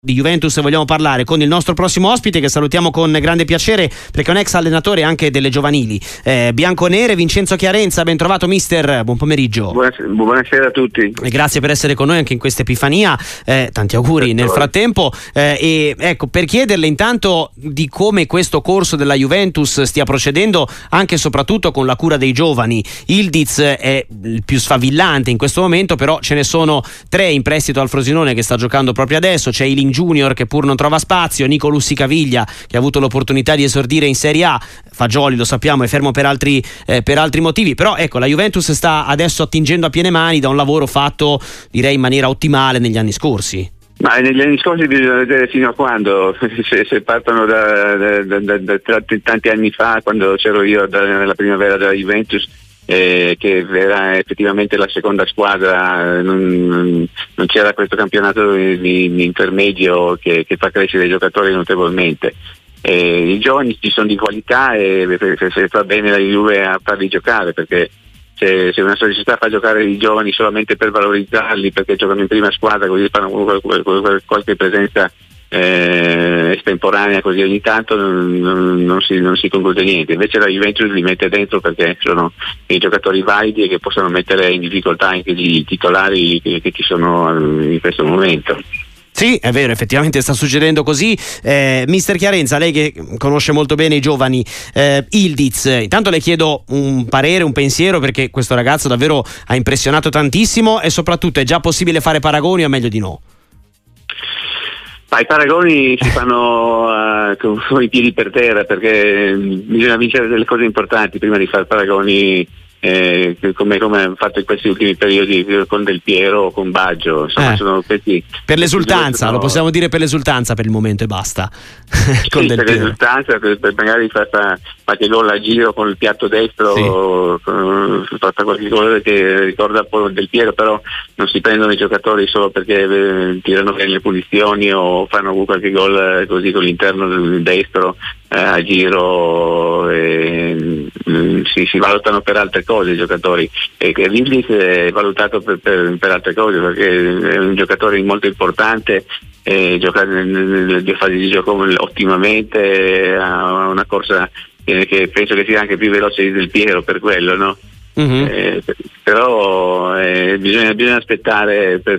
Di Juventus vogliamo parlare con il nostro prossimo ospite, che salutiamo con grande piacere perché è un ex allenatore anche delle giovanili bianconere, Vincenzo Chiarenza. Ben trovato mister, buon pomeriggio. Buonasera a tutti e grazie per essere con noi anche in questa Epifania, tanti auguri nel frattempo, e ecco, per chiederle intanto di come questo corso della Juventus stia procedendo anche e soprattutto con la cura dei giovani. Ildiz è il più sfavillante in questo momento, però ce ne sono 3 in prestito al Frosinone che sta giocando proprio adesso. C'è Ealing Junior che pur non trova spazio, Nico Lussi-Caviglia che ha avuto l'opportunità di esordire in Serie A, Fagioli lo sappiamo è fermo per altri motivi, però ecco, la Juventus sta adesso attingendo a piene mani da un lavoro fatto direi in maniera ottimale negli anni scorsi. Ma negli anni scorsi bisogna vedere fino a quando, se partono da tanti anni fa, quando c'ero io nella primavera della Juventus, che era effettivamente la seconda squadra, non c'era questo campionato di intermedio che fa crescere i giocatori notevolmente. I giovani ci sono di qualità e se fa bene la Juve a farli giocare, perché se una società fa giocare i giovani solamente per valorizzarli perché giocano in prima squadra, così fanno qualche presenza estemporanea così ogni tanto, non si conclude niente. Invece la Juventus li mette dentro perché sono i giocatori validi e che possono mettere in difficoltà anche i titolari che ci sono in questo momento. Sì, è vero, effettivamente sta succedendo così. Mister Chiarenza, lei che conosce molto bene i giovani, Ildiz, intanto le chiedo un parere, un pensiero, perché questo ragazzo davvero ha impressionato tantissimo, e soprattutto è già possibile fare paragoni o meglio di no? Ma i paragoni si fanno con i piedi per terra, perché bisogna vincere delle cose importanti prima di fare paragoni, come hanno fatto in questi ultimi periodi con Del Piero o con Baggio. Insomma, sono questi, per l'esultanza, lo possiamo dire, per l'esultanza per il momento e basta. Con sì, Del per Piero. l'esultanza, per magari fa qualche gol a giro con il piatto destro, sì. Fa qualche gol che ricorda un po' Del Piero, però non si prendono i giocatori solo perché tirano bene le punizioni o fanno qualche gol così con l'interno del destro a giro, si valutano per altre cose i giocatori, e Ildiz è valutato per altre cose perché è un giocatore molto importante, gioca nelle 2 fasi di gioco ottimamente, ha una corsa che penso che sia anche più veloce di Del Piero, per quello, no? Mm-hmm. Però bisogna aspettare per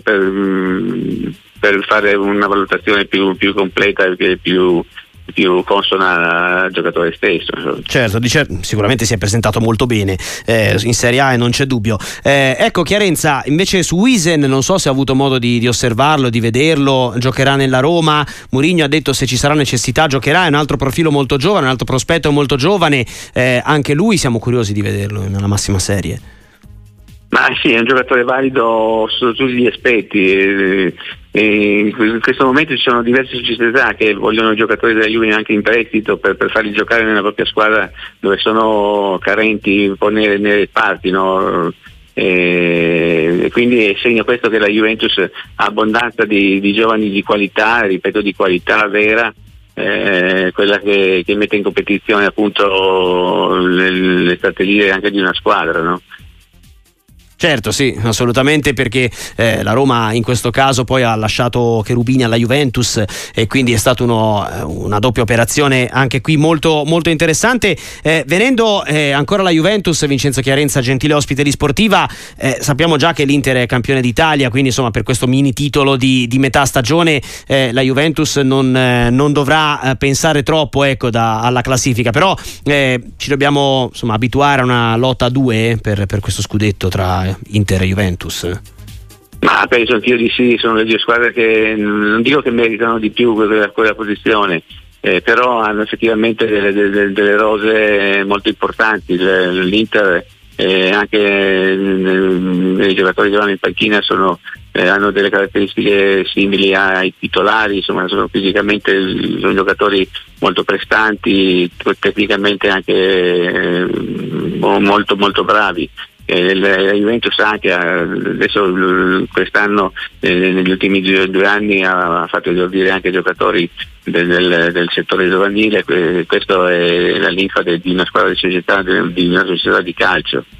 fare una valutazione più completa e più consona al giocatore stesso. Certo, sicuramente si è presentato molto bene in Serie A e non c'è dubbio. Ecco, Chiarenza, invece su Huijsen non so se ha avuto modo di osservarlo, di vederlo. Giocherà nella Roma, Mourinho ha detto se ci sarà necessità giocherà, è un altro profilo molto giovane, un altro prospetto molto giovane, anche lui siamo curiosi di vederlo nella massima serie. Ma sì, è un giocatore valido su tutti gli aspetti. In questo momento ci sono diverse società che vogliono giocatori della Juve anche in prestito per farli giocare nella propria squadra dove sono carenti un po' nelle parti, no? E quindi è segno questo che la Juventus ha abbondanza di giovani di qualità, ripeto, di qualità vera, quella che mette in competizione appunto le strategie anche di una squadra, no? Certo, sì, assolutamente, perché la Roma in questo caso poi ha lasciato Cherubini alla Juventus e quindi è stata una doppia operazione anche qui molto, molto interessante. Venendo ancora alla Juventus, Vincenzo Chiarenza, gentile ospite di Sportiva, sappiamo già che l'Inter è campione d'Italia, quindi insomma per questo mini titolo di metà stagione la Juventus non dovrà pensare troppo, ecco, alla classifica, però ci dobbiamo insomma abituare a una lotta a 2 per questo scudetto tra Inter e Juventus. Ma penso anch'io di sì, sono le 2 squadre che non dico che meritano di più quella posizione, però hanno effettivamente delle rose molto importanti. L'Inter anche i giocatori che vanno in panchina hanno delle caratteristiche simili ai titolari, insomma fisicamente sono giocatori molto prestanti, tecnicamente anche molto molto bravi. La Juventus anche adesso quest'anno negli ultimi 2 anni ha fatto esordire anche giocatori del settore giovanile. Questo è la linfa di una squadra di una società di calcio.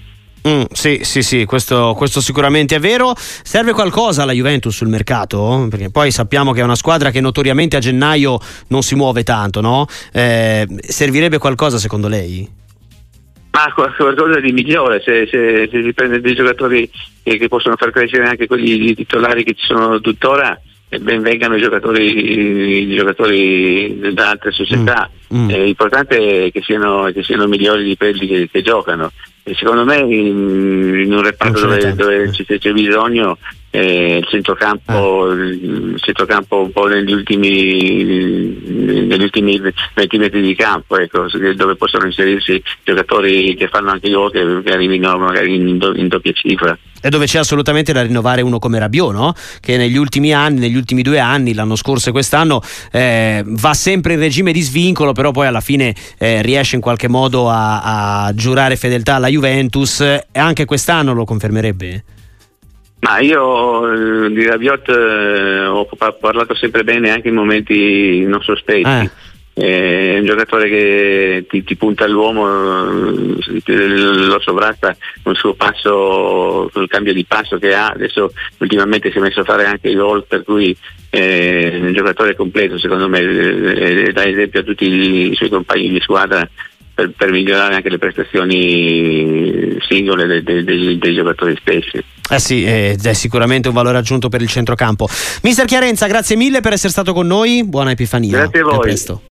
Sì, questo sicuramente è vero. Serve qualcosa alla Juventus sul mercato? Perché poi sappiamo che è una squadra che notoriamente a gennaio non si muove tanto, no? Servirebbe qualcosa secondo lei? Ma qualcosa di migliore, se si prende dei giocatori che possono far crescere anche quelli titolari che ci sono tuttora, ben vengano i giocatori da altre società. L'importante è che siano migliori di quelli che giocano, e secondo me in un reparto dove c'è bisogno, il centrocampo un po' negli ultimi 20 metri di campo, ecco, dove possono inserirsi giocatori che fanno anche gol, che arrivino magari in doppia cifra. E dove c'è assolutamente da rinnovare uno come Rabiot, no? Che negli ultimi 2 anni, l'anno scorso e quest'anno, va sempre in regime di svincolo, però poi alla fine riesce in qualche modo a giurare fedeltà alla Juventus, e anche quest'anno lo confermerebbe? Ma io di Rabiot ho parlato sempre bene, anche in momenti non sospetti. È un giocatore che ti punta all'uomo, lo sovrasta con il suo passo, con il cambio di passo che ha. Adesso ultimamente si è messo a fare anche i gol, per cui è un giocatore completo, secondo me, dà esempio a tutti i suoi compagni di squadra per migliorare anche le prestazioni singole dei giocatori stessi. Sì, è sicuramente un valore aggiunto per il centrocampo. Mister Chiarenza, grazie mille per essere stato con noi, buona Epifania. Grazie a voi. A presto.